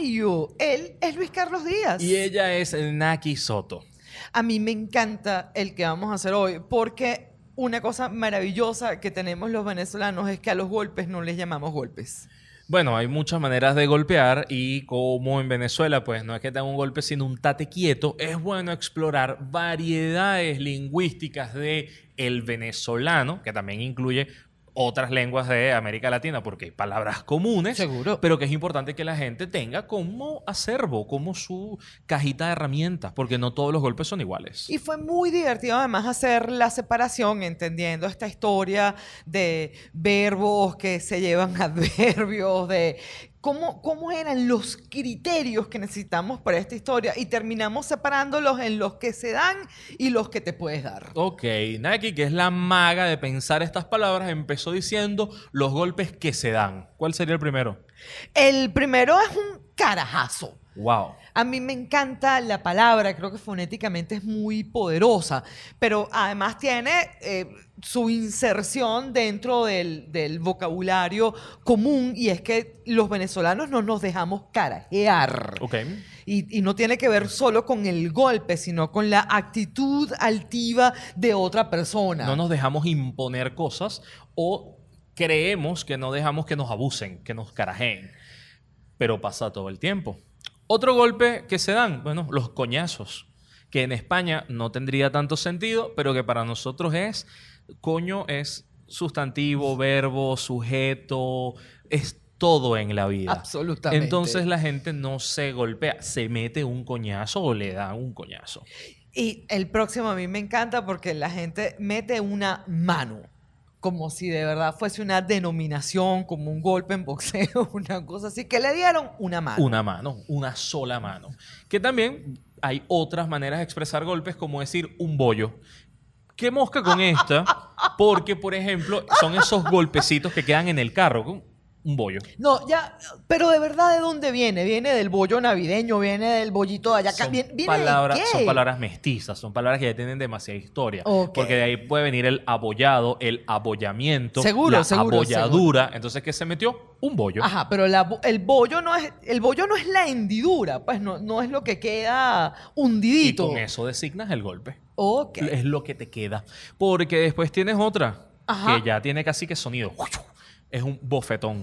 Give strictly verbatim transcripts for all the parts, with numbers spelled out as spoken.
you? Él es Luis Carlos Díaz. Y ella es Naki Soto. A mí me encanta el que vamos a hacer hoy porque una cosa maravillosa que tenemos los venezolanos es que a los golpes no les llamamos golpes. Bueno, hay muchas maneras de golpear y como en Venezuela, pues no es que te haga un golpe sino un tate quieto, es bueno explorar variedades lingüísticas de el venezolano, que también incluye otras lenguas de América Latina, porque hay palabras comunes, Seguro. pero que es importante que la gente tenga como acervo, como su cajita de herramientas, porque no todos los golpes son iguales. Y fue muy divertido además hacer la separación, entendiendo esta historia de verbos que se llevan adverbios, de cómo, cómo eran los criterios que necesitamos para esta historia y terminamos separándolos en los que se dan y los que te puedes dar. Ok, Naki, que es la maga de pensar estas palabras, empezó diciendo los golpes que se dan. ¿Cuál sería el primero? El primero es un carajazo. Wow. A mí me encanta la palabra, creo que fonéticamente es muy poderosa, pero además tiene eh, su inserción dentro del, del vocabulario común y es que los venezolanos no nos dejamos carajear. Ok. Y, y no tiene que ver solo con el golpe, sino con la actitud altiva de otra persona. No nos dejamos imponer cosas o creemos que no dejamos que nos abusen, que nos carajeen, pero pasa todo el tiempo. Otro golpe que se dan, bueno, los coñazos, que en España no tendría tanto sentido, pero que para nosotros es, coño es sustantivo, verbo, sujeto, es todo en la vida. Absolutamente. Entonces la gente no se golpea, se mete un coñazo o le da un coñazo. Y el próximo a mí me encanta porque la gente mete una mano. Como si de verdad fuese una denominación, como un golpe en boxeo, una cosa así, que le dieron una mano. Una mano, una sola mano. Que también hay otras maneras de expresar golpes, como decir un bollo. ¿Qué mosca con esta? Porque, por ejemplo, son esos golpecitos que quedan en el carro. Un bollo. No, ya, pero de verdad, ¿de dónde viene? ¿Viene del bollo navideño? ¿Viene del bollito de allá? Son ¿Viene, viene palabras, de qué? son palabras mestizas, son palabras que ya tienen demasiada historia. Ok. Porque de ahí puede venir el abollado, el abollamiento, Seguro, la seguro, abolladura. seguro. Entonces, ¿qué se metió? Un bollo. Ajá, pero la bo- el bollo no es el bollo no es la hendidura, pues no, no es lo que queda Y hundidito. con eso designas el golpe. Ok. Es lo que te queda. Porque después tienes otra Ajá. que ya tiene casi que sonido. Es un bofetón.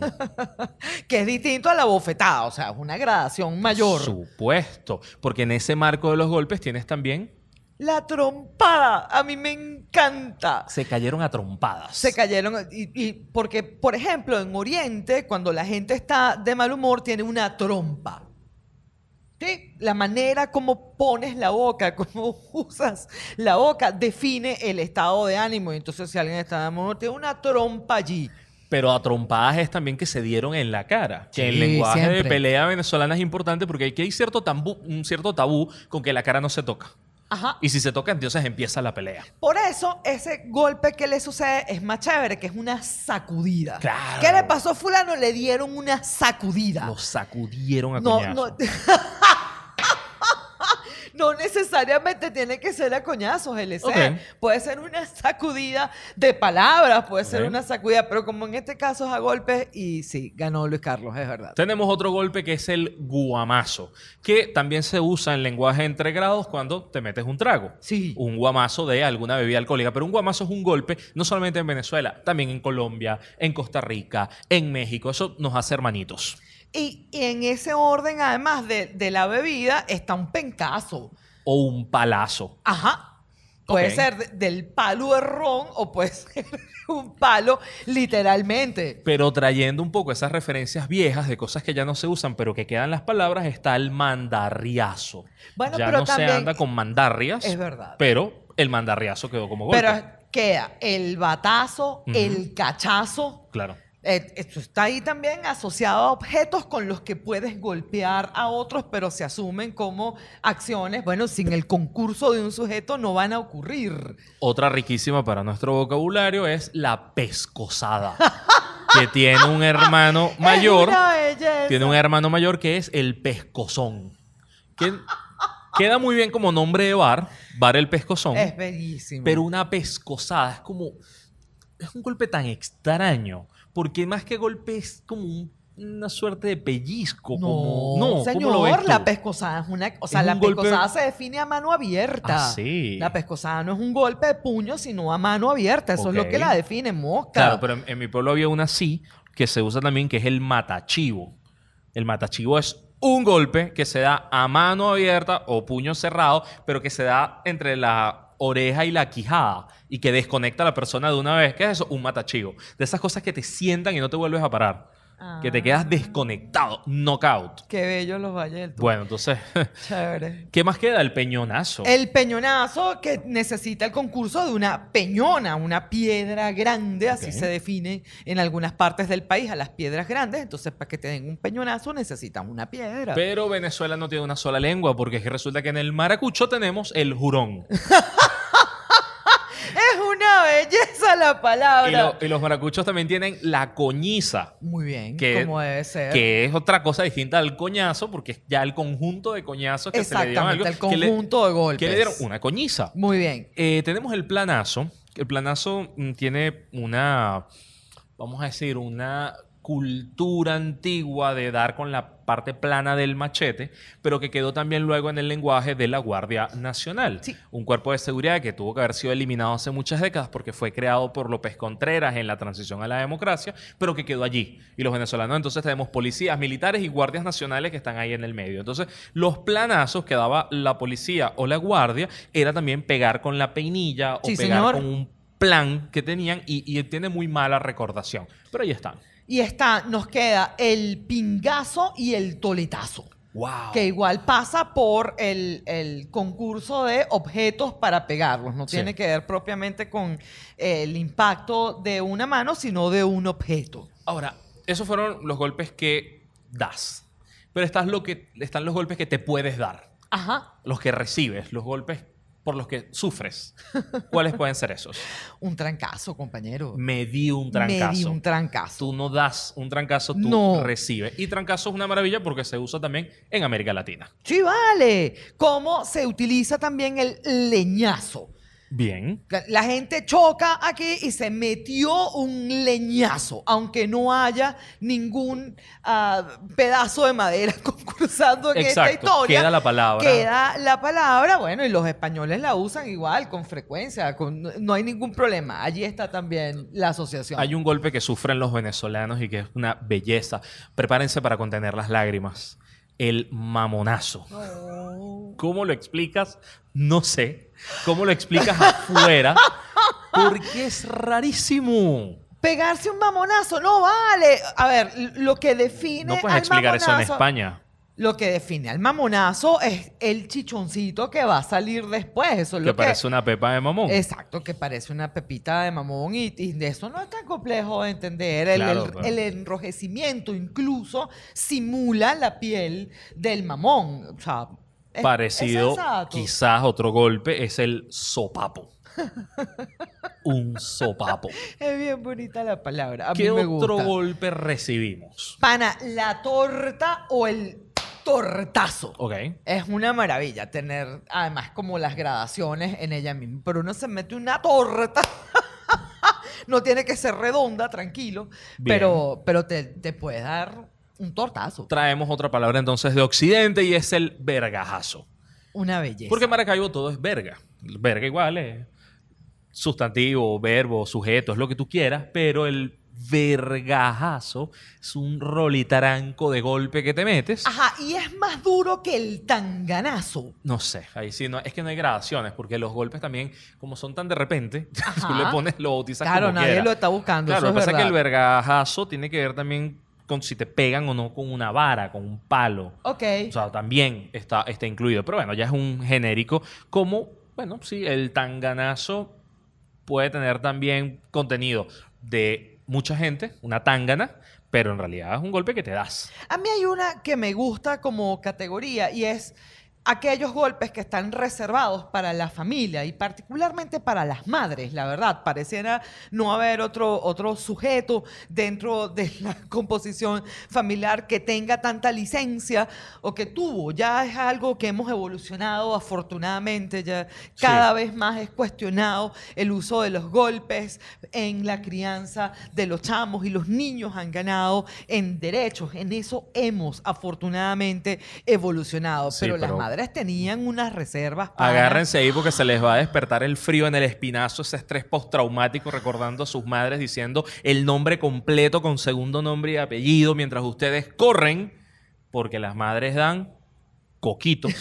Que es distinto a la bofetada, o sea, es una gradación mayor. Supuesto. Porque en ese marco de los golpes tienes también... La trompada, a mí me encanta. Se cayeron a trompadas. Se cayeron, y, y porque, por ejemplo, en Oriente, cuando la gente está de mal humor, tiene una trompa. ¿Sí? La manera como pones la boca, cómo usas la boca, define el estado de ánimo. Y entonces, si alguien está de mal humor, tiene una trompa allí. Pero a trompadas es también que se dieron en la cara. Que Sí, el lenguaje de siempre. pelea venezolana es importante porque aquí hay cierto tabú, un cierto tabú con que la cara no se toca. Ajá. Y si se toca, entonces empieza la pelea. Por eso, ese golpe que le sucede es más chévere, que es una sacudida. Claro. ¿Qué le pasó a fulano? Le dieron una sacudida. Lo sacudieron a No, coñazo. no. No necesariamente tiene que ser a coñazos, L C. Ok. Puede ser una sacudida de palabras, puede ser Ok. una sacudida, pero como en este caso es a golpes, y sí, ganó Luis Carlos, es verdad. Tenemos otro golpe que es el guamazo, que también se usa en lenguaje entre grados cuando te metes un trago. Sí. Un guamazo de alguna bebida alcohólica. Pero un guamazo es un golpe no solamente en Venezuela, también en Colombia, en Costa Rica, en México. Eso nos hace hermanitos. Y, y en ese orden, además de, de la bebida, está un pencazo. O un palazo. Ajá. Puede Ok. ser de- del palo de ron o puede ser un palo literalmente. Pero trayendo un poco esas referencias viejas de cosas que ya no se usan, pero que quedan las palabras, está el mandarriazo. Bueno, ya pero no también- se anda con mandarrias. Es verdad. Pero el mandarriazo quedó como golpe. Pero queda el batazo, Ujú. el cachazo. Claro. Eh, esto está ahí también asociado a objetos con los que puedes golpear a otros, pero se asumen como acciones. Bueno, sin el concurso de un sujeto no van a ocurrir. Otra riquísima para nuestro vocabulario es la pescosada. Que tiene un hermano mayor. Es una belleza. Tiene un hermano mayor que es el pescozón. Que queda muy bien como nombre de bar. Bar el pescozón. Es bellísimo. Pero una pescosada es como... Es un golpe tan extraño. Porque más que golpe es como un una suerte de pellizco. No, como, no ¿cómo señor, lo ves tú? la pescosada es una... O sea, Es la un golpe- pescosada se define a mano abierta. Ah, sí. La pescosada no es un golpe de puño, sino a mano abierta. Eso es lo Ok. que la define, mosca. Claro, pero en, en mi pueblo había una así que se usa también, que es el matachivo. El matachivo es un golpe que se da a mano abierta o puño cerrado, pero que se da entre la oreja y la quijada y que desconecta a la persona de una vez. ¿Qué es eso? Un matachivo. De esas cosas que te sientan y no te vuelves a parar. Que te quedas Ah. desconectado. Knockout. Qué bellos los valles del Tuy. Bueno, entonces, Chévere. ¿qué más queda? El peñonazo. El peñonazo que necesita el concurso de una peñona, una piedra grande, así Ok. se define en algunas partes del país a las piedras grandes. Entonces, para que te den un peñonazo necesitan una piedra. Pero Venezuela no tiene una sola lengua, porque es que resulta que en el maracucho tenemos el jurón. Es una belleza la palabra. Y, lo- y los maracuchos también tienen la coñiza, Muy bien, que, como debe ser. que es otra cosa distinta al coñazo, porque es ya el conjunto de coñazos que se le dieron a algo. Exactamente, el que le- conjunto de golpes. Que le dieron una coñiza. Muy bien. Eh, tenemos el planazo. El planazo mm, tiene una, vamos a decir, una cultura antigua de dar con la parte plana del machete, pero que quedó también luego en el lenguaje de la Guardia Nacional. Sí. Un cuerpo de seguridad que tuvo que haber sido eliminado hace muchas décadas porque fue creado por López Contreras en la transición a la democracia, pero que quedó allí. Y los venezolanos entonces tenemos policías, militares y guardias nacionales que están ahí en el medio. Entonces, los planazos que daba la policía o la guardia era también pegar con la peinilla o Sí, pegar señor. con un plan que tenían y, y tiene muy mala recordación. Pero ahí están. Y está, nos queda el pingazo y el toletazo. ¡Wow! Que igual pasa por el, el concurso de objetos para pegarlos. No Sí. tiene que ver propiamente con eh, el impacto de una mano, sino de un objeto. Ahora, esos fueron los golpes que das. Pero estás lo que, están los golpes que te puedes dar. Ajá. Los que recibes, los golpes por los que sufres. ¿Cuáles pueden ser esos? Un trancazo, compañero. Me di un trancazo. Me di un trancazo. Tú no das un trancazo, tú No. recibes. Y trancazo es una maravilla porque se usa también en América Latina. Sí, vale. ¿Cómo se utiliza también el leñazo? Bien. La gente choca aquí y se metió un leñazo, aunque no haya ningún ah, pedazo de madera concursando en esta Exacto. historia. Queda la palabra. Queda la palabra, bueno, y los españoles la usan igual, con frecuencia, con- no hay ningún problema. Allí está también la asociación. Hay un golpe que sufren los venezolanos y que es una belleza. Prepárense para contener las lágrimas. El mamonazo. No. ¿Cómo lo explicas? No sé. ¿Cómo lo explicas afuera? Porque es rarísimo. Pegarse un mamonazo, no vale. A ver, lo que define No puedes al explicar eso en mamonazo- España. Lo que define al mamonazo es el chichoncito que va a salir después. Eso es Que lo que... parece una pepa de mamón. Exacto, que parece una pepita de mamón y, y de eso no es tan complejo de entender. El, Claro, el- claro. el enrojecimiento incluso simula la piel del mamón. O sea, es- Parecido, es exacto. quizás otro golpe es el sopapo. Un sopapo. Es bien bonita la palabra. A mí ¿Qué me otro gusta. golpe recibimos? Pana, la torta o el tortazo. Ok. Es una maravilla tener, además, como las gradaciones en ella misma. Pero uno se mete una torta. No tiene que ser redonda, tranquilo. Bien. Pero, pero te, te puede dar un tortazo. Traemos otra palabra entonces de Occidente y es el vergajazo. Una belleza. Porque en Maracaibo todo es verga. Verga igual es sustantivo, verbo, sujeto, es lo que tú quieras, pero el vergajazo es un rolitaranco de golpe que te metes. Ajá, y es más duro que el tanganazo. No sé, ahí sí, no, es que no hay gradaciones, porque los golpes también, como son tan de repente, Ajá. tú le pones, lo bautizas Claro, como nadie quieras. lo está buscando. Claro, eso lo que es pasa es que el verdad. vergajazo tiene que ver también con si te pegan o no con una vara, con un palo. Ok. O sea, también está, está incluido. Pero bueno, ya es un genérico. Como, bueno, sí, el tanganazo puede tener también contenido de mucha gente, una tangana, pero en realidad es un golpe que te das. A mí hay una que me gusta como categoría y es aquellos golpes que están reservados para la familia y particularmente para las madres, la verdad. Pareciera no haber otro, otro sujeto dentro de la composición familiar que tenga tanta licencia o que tuvo. Ya es algo que hemos evolucionado afortunadamente. Ya cada Sí. vez más es cuestionado el uso de los golpes en la crianza de los chamos y los niños han ganado en derechos. En eso hemos afortunadamente evolucionado. Sí, pero, las pero- madres tenían unas reservas. pana. Agárrense ahí porque se les va a despertar el frío en el espinazo, ese estrés postraumático recordando a sus madres diciendo el nombre completo con segundo nombre y apellido mientras ustedes corren porque las madres dan coquitos.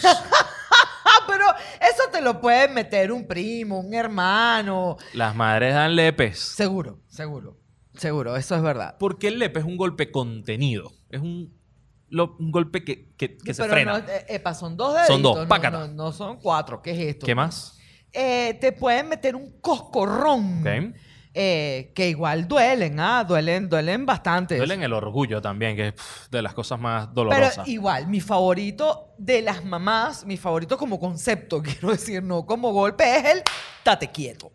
Ah, pero eso te lo puede meter un primo, un hermano. Las madres dan lepes. Seguro, seguro, seguro, eso es verdad. Porque el lepe es un golpe contenido. Es un, lo- un golpe que, que- que se Pero frena. no, eh, epa, son dos deditos. Son dos, no- pácata. No, no son cuatro. ¿Qué es esto? ¿Qué más? Eh, te pueden meter un coscorrón. Ok. eh, que igual duelen, ¿ah? Duelen, duelen bastante. Duelen el orgullo también, que es pf, de las cosas más Pero dolorosas. igual, mi favorito de las mamás, mi favorito como concepto, quiero decir, no como golpe, es el tate quieto.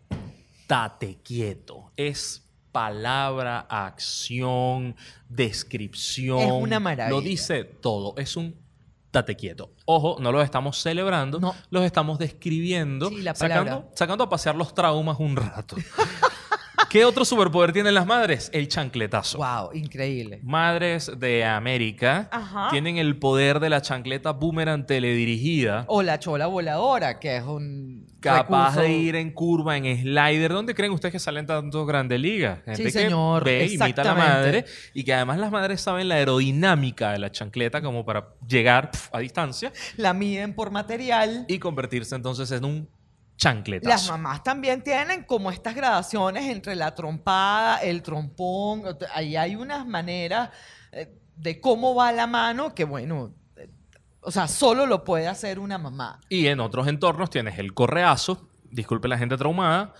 Tate quieto. Es palabra, acción, descripción. Es una maravilla. Lo dice todo. Es un tate quieto. Ojo, no los estamos celebrando, No. los estamos describiendo, Sí, la palabra. sacando, sacando a pasear los traumas un rato. ¿Qué otro superpoder tienen las madres? El chancletazo. Wow, increíble. Madres de América Ajá. tienen el poder de la chancleta boomerang teledirigida. O la chola voladora, que es un Capaz recurso- de ir en curva, en slider. ¿Dónde creen ustedes que salen tantos grandes ligas? Gente Sí, señor, que ve, imita a la exactamente. madre. Y que además las madres saben la aerodinámica de la chancleta como para llegar pf, a distancia La miden por material. y convertirse entonces en un chancletazo. Las mamás también tienen como estas gradaciones entre la trompada, el trompón. Ahí hay unas maneras eh, de cómo va la mano que, bueno, eh, o sea, solo lo puede hacer una mamá. Y en otros entornos tienes el correazo, disculpe la gente traumada,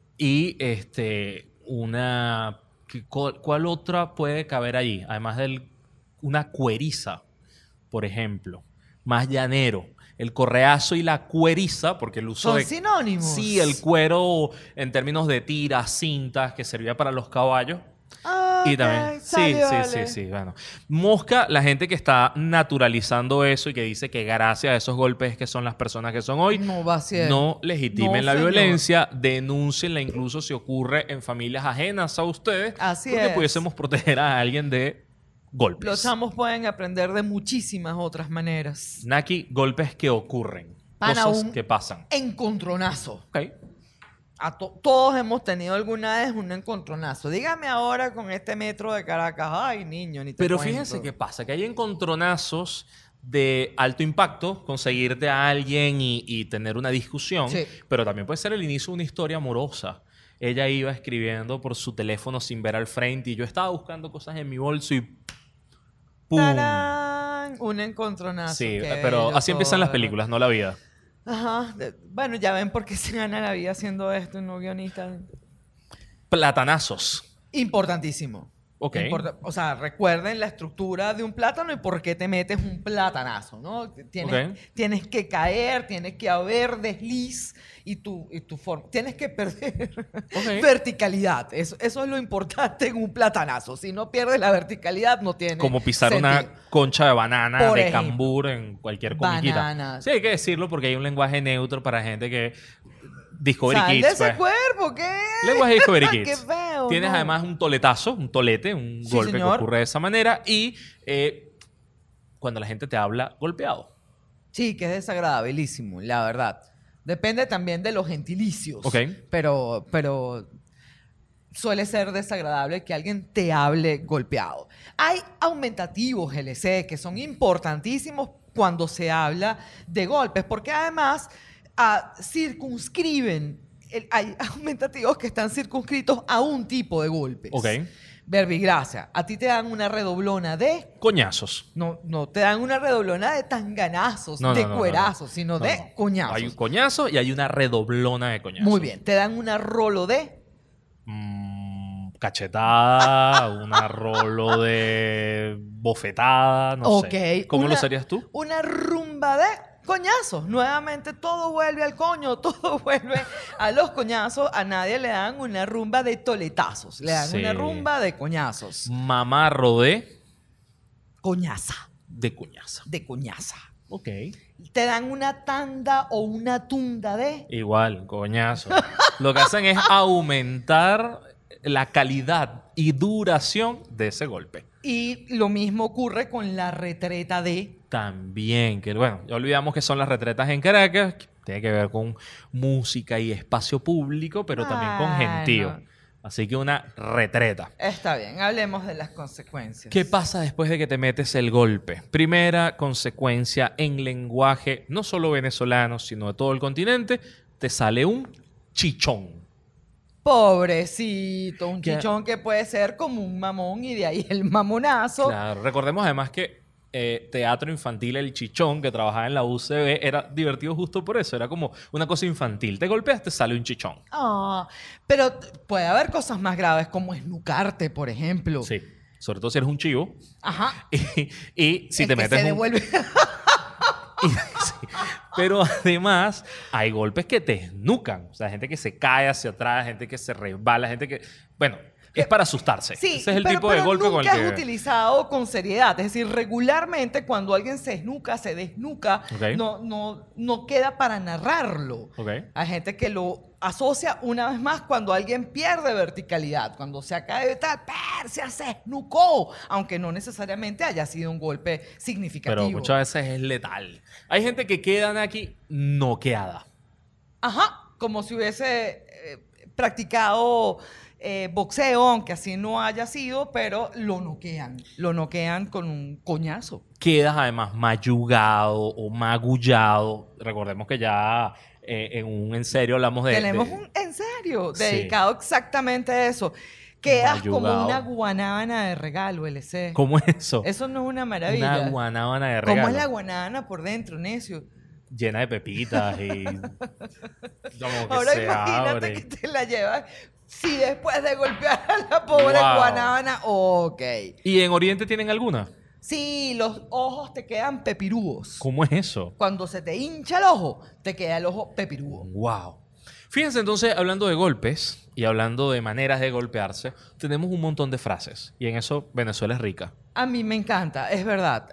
y este una... ¿qué- ¿Cuál, cuál otra puede caber allí? Además de una cueriza, por ejemplo, más llanero. El correazo y la cueriza, porque el uso Son de... sinónimos. Sí, el cuero en términos de tiras, cintas, que servía para los caballos. Ah, Y ok, también, sí, sale, sí, vale. sí, sí, bueno. Mosca, la gente que está naturalizando eso y que dice que gracias a esos golpes que son las personas que son hoy, No va a ser. no legitimen No, la señor. violencia, denúncienla incluso si ocurre en familias ajenas a ustedes, Así porque es. pudiésemos proteger a alguien de golpes. Los chamos pueden aprender de muchísimas otras maneras. Naki, golpes que ocurren, Pana, cosas un- que pasan. Encontronazo. Ok. A to- todos hemos tenido alguna vez un encontronazo. Dígame ahora con este metro de Caracas. Ay, niño, ni te Pero cuento. fíjense qué pasa, que hay encontronazos de alto impacto, conseguirte a alguien y, y tener una discusión, Sí. pero también puede ser el inicio de una historia amorosa. Ella iba escribiendo por su teléfono sin ver al frente y yo estaba buscando cosas en mi bolso y ¡pum! ¡Tarán! Un encontronazo. Sí, qué pero bello así empiezan las todo. películas, no la vida. Ajá. De- Bueno, ya ven por qué se gana la vida haciendo esto, no guionista. Platanazos. Importantísimo. Ok. Importa- o sea, recuerden la estructura de un plátano y por qué te metes un platanazo, ¿no? Tienes, Ok. tienes que caer, tiene que haber desliz y tu, y tu forma. Tienes que perder Ok. verticalidad. Eso, eso es lo importante en un platanazo. Si no pierdes la verticalidad, no tiene Como pisar sentido. una concha de banana Por de ejemplo. cambur en cualquier comiquita. Bananas. Sí, hay que decirlo porque hay un lenguaje neutro para gente que... Discovery Sal Kids, de ese pues. cuerpo, ¿qué? Lenguaje Discovery Qué Kids. feo, Tienes ¿no? además un toletazo, un tolete, un Sí, golpe señor. que ocurre de esa manera. Y eh, cuando la gente te habla golpeado. Sí, que es desagradabilísimo, la verdad. Depende también de los gentilicios. Ok. Pero, pero suele ser desagradable que alguien te hable golpeado. Hay aumentativos L C que son importantísimos cuando se habla de golpes, porque además ah, circunscriben, el- hay aumentativos que están circunscritos a un tipo de golpes. Ok. Verbigracia, a ti te dan una redoblona de... Coñazos. No, no te dan una redoblona de tanganazos, No, no, de no, no, cuerazos, no. sino No, de no. coñazos. Hay un coñazo y hay una redoblona de coñazos. Muy bien, te dan una rolo de... Mm, cachetada, una rolo de bofetada, no Ok, sé. ¿Cómo una- lo serías tú? Una rumba de... Coñazos, nuevamente todo vuelve al coño, todo vuelve a los coñazos. A nadie le dan una rumba de toletazos, le dan Sí. una rumba de coñazos. Mamarro de... Coñaza, de cuñaza. de coñaza. Ok. Te dan una tanda o una tunda de... Igual, coñazo. Lo que hacen es aumentar la calidad y duración de ese golpe. Y lo mismo ocurre con la retreta de... También, que bueno, ya olvidamos que son las retretas en Caracas, que tiene que ver con música y espacio público, pero también con Bueno. gentío. Así que una retreta. Está bien, hablemos de las consecuencias. ¿Qué pasa después de que te metes el golpe? Primera consecuencia en lenguaje, no solo venezolano, sino de todo el continente, te sale un chichón. Pobrecito, un ¿Qué? chichón que puede ser como un mamón y de ahí el mamonazo. Claro, recordemos además que eh, Teatro Infantil El Chichón, que trabajaba en la U C B, era divertido justo por eso. Era como una cosa infantil. Te golpeas, te sale un chichón. Ah, pero t- puede haber cosas más graves como esnucarte, por ejemplo. Sí. Sobre todo si eres un chivo. Ajá. Y, y si El te que metes se un- devuelve. y- sí. Pero además hay golpes que te esnucan. O sea, gente que se cae hacia atrás, gente que se resbala, gente que... Bueno, es para asustarse. Sí, Ese es el pero, tipo de pero golpe con el nunca que... es utilizado con seriedad. Es decir, regularmente cuando alguien se esnuca, se desnuca, Ok. no, no, no queda para narrarlo. Ok. Hay gente que lo asocia una vez más cuando alguien pierde verticalidad, cuando se acaba de tal, ¡persia! Se esnucó, aunque no necesariamente haya sido un golpe significativo. Pero muchas veces es letal. Hay gente que quedan aquí noqueada. Ajá, como si hubiese eh, practicado eh, boxeo, aunque así no haya sido, pero lo noquean. Lo noquean con un coñazo. Quedas además mayugado o magullado. Recordemos que ya eh, en un en serio hablamos de... Tenemos de- un, en serio, Sí. dedicado exactamente a eso. Quedas como Mayugado. una guanábana de regalo, L C. ¿Cómo es eso? Eso no es una maravilla. Una guanábana de regalo. ¿Cómo es la guanábana por dentro, necio? Llena de pepitas y... como que Ahora se imagínate abre. que te la llevas. Si después de golpear a la pobre Wow. guanábana, ok. ¿Y en Oriente tienen alguna? Sí, los ojos te quedan pepirúos. ¿Cómo es eso? Cuando se te hincha el ojo, te queda el ojo pepirúo. Wow. Fíjense entonces, hablando de golpes y hablando de maneras de golpearse, tenemos un montón de frases. Y en eso Venezuela es rica. A mí me encanta, es verdad.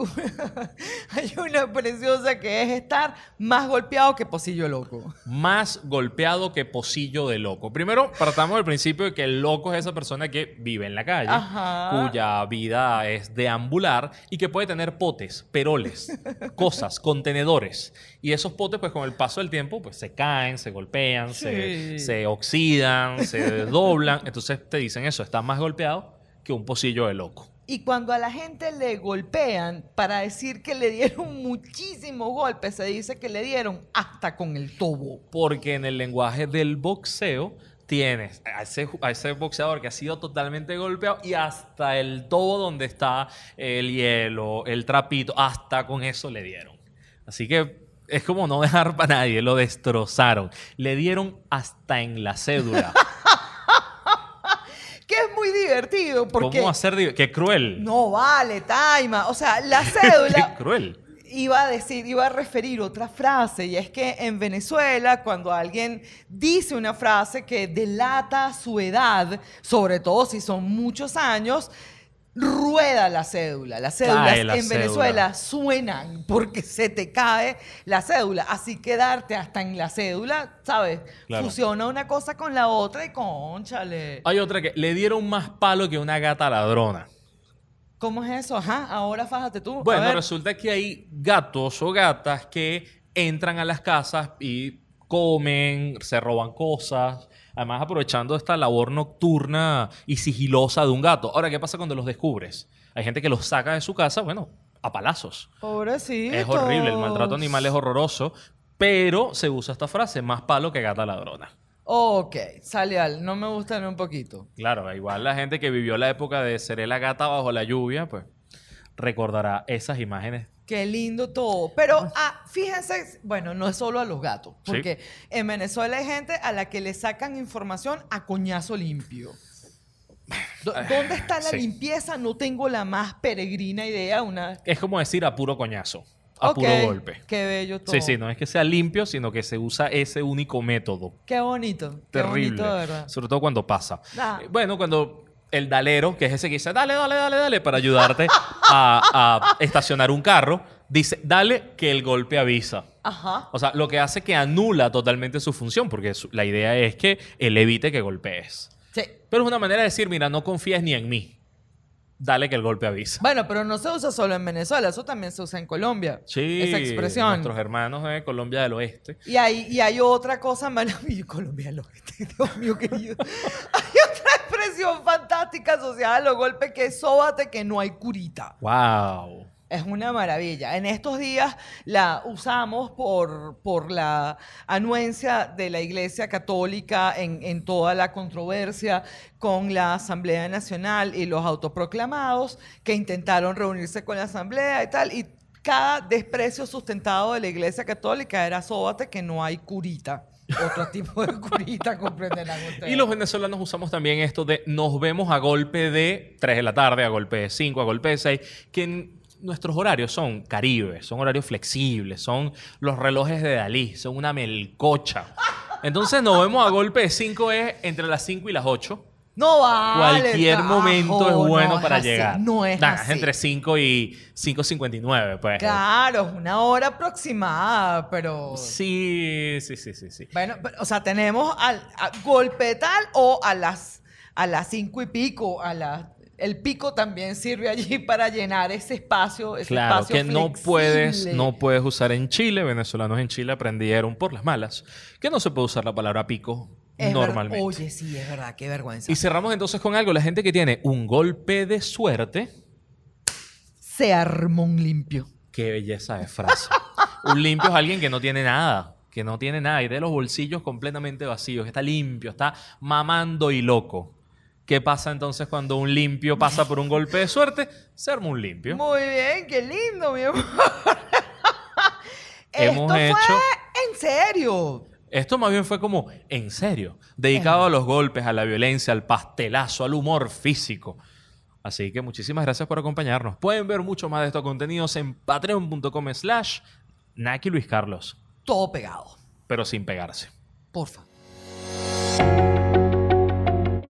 Hay una preciosa que es estar más golpeado que pocillo loco. Más golpeado que pocillo de loco. Primero, partamos del principio de que el loco es esa persona que vive en la calle, Ajá. cuya vida es deambular y que puede tener potes, peroles, cosas, contenedores. Y esos potes, pues con el paso del tiempo, pues se caen, se golpean, se, Sí. se oxidan, se desdoblan. Entonces te dicen eso, está más golpeado que un pocillo de loco. Y cuando a la gente le golpean para decir que le dieron muchísimos golpes, se dice que le dieron hasta con el tobo. Porque en el lenguaje del boxeo tienes a ese, a ese boxeador que ha sido totalmente golpeado y hasta el tobo donde está el hielo, el trapito, hasta con eso le dieron. Así que es como no dejar para nadie, lo destrozaron. Le dieron hasta en la cédula. Que es muy divertido porque... ¿Cómo hacer? di- ¡Qué cruel! No vale, Taima. O sea, la ¡Qué cédula... cruel! Iba a decir, iba a referir otra frase, y es que en Venezuela, cuando alguien dice una frase que delata su edad, sobre todo si son muchos años, rueda la cédula. Las cédulas Cae la en cédula. Venezuela suenan porque se te cae la cédula. Así quedarte hasta en la cédula, ¿sabes? Claro. Fusiona una cosa con la otra y cónchale. Hay otra que le dieron más palo que una gata ladrona. ¿Cómo es eso? Ajá, ahora fájate tú. A Bueno, ver. resulta que hay gatos o gatas que entran a las casas y comen, se roban cosas, además aprovechando esta labor nocturna y sigilosa de un gato. Ahora, ¿qué pasa cuando los descubres? Hay gente que los saca de su casa, bueno, a palazos. Pobrecitos. Es horrible, el maltrato animal es horroroso, pero se usa esta frase, más palo que gata ladrona. Ok, sale al. No me gusta ni un poquito. Claro, igual la gente que vivió la época de Seré la gata bajo la lluvia, pues recordará esas imágenes. Qué lindo todo. Pero ah, fíjense, bueno, no es solo a los gatos, Sí. porque en Venezuela hay gente a la que le sacan información a coñazo limpio. Do- ¿Dónde está la Sí. limpieza? No tengo la más peregrina idea. Una... Es como decir a puro coñazo. a Ok, puro golpe. Qué bello todo. Sí, sí, no es que sea limpio, sino que se usa ese único método. Qué bonito. Qué Terrible. bonito, de verdad. Sobre todo cuando pasa. Ah. Eh, Bueno, cuando el dalero, que es ese que dice, dale, dale, dale, dale, para ayudarte a, a estacionar un carro, dice, dale que el golpe avisa. Ajá. O sea, lo que hace que anula totalmente su función, porque su- la idea es que él evite que golpees. Sí. Pero es una manera de decir, mira, no confíes ni en mí. Dale que el golpe avisa. Bueno, pero no se usa solo en Venezuela, eso también se usa en Colombia. Sí, Esa expresión. nuestros hermanos de Colombia del Oeste. Y hay, y hay otra cosa maravillosa. Colombia del Oeste, Dios mío querido. Hay otra expresión fantástica asociada a los golpes que es sóbate que no hay curita. ¡Wow! Es una maravilla. En estos días la usamos por, por la anuencia de la Iglesia Católica en, en toda la controversia con la Asamblea Nacional y los autoproclamados que intentaron reunirse con la Asamblea y tal. Y cada desprecio sustentado de la Iglesia Católica era sóbate que no hay curita. Otro tipo de curita, comprenderán ustedes. Y los venezolanos usamos también esto de nos vemos a golpe de tres de la tarde, a golpe de cinco, a golpe de seis, que en nuestros horarios son Caribe, son horarios flexibles, son los relojes de Dalí, son una melcocha. Entonces nos vemos a golpe de cinco es entre las cinco y las ocho. No vale. Cualquier carajo, momento es bueno no es para así, llegar. No es Nah, así. entre cinco y cinco cincuenta y nueve, pues. Claro, es una hora aproximada, pero... Sí, sí, sí, sí, sí. Bueno, pero, o sea, tenemos al a golpe tal o a las a las cinco y pico, a las el pico también sirve allí para llenar ese espacio, ese Claro, espacio que no flexible. puedes, no puedes usar en Chile. Venezolanos en Chile aprendieron por las malas que no se puede usar la palabra pico Es normalmente. verdad. Oye, sí, es verdad, qué vergüenza. Y cerramos entonces con algo. La gente que tiene un golpe de suerte. Se armó un limpio. Qué belleza de frase. Un limpio es alguien que no tiene nada. Que no tiene nada. Y de los bolsillos completamente vacíos. Que está limpio, está mamando y loco. ¿Qué pasa entonces cuando un limpio pasa por un golpe de suerte? Se arma un limpio. Muy bien, qué lindo, mi amor. Hemos Esto hecho- fue en serio. Esto más bien fue como, en serio, dedicado a los golpes, a la violencia, al pastelazo, al humor físico. Así que muchísimas gracias por acompañarnos. Pueden ver mucho más de estos contenidos en patreon punto com slash Naki Luis Carlos, Todo pegado. pero sin pegarse. Porfa.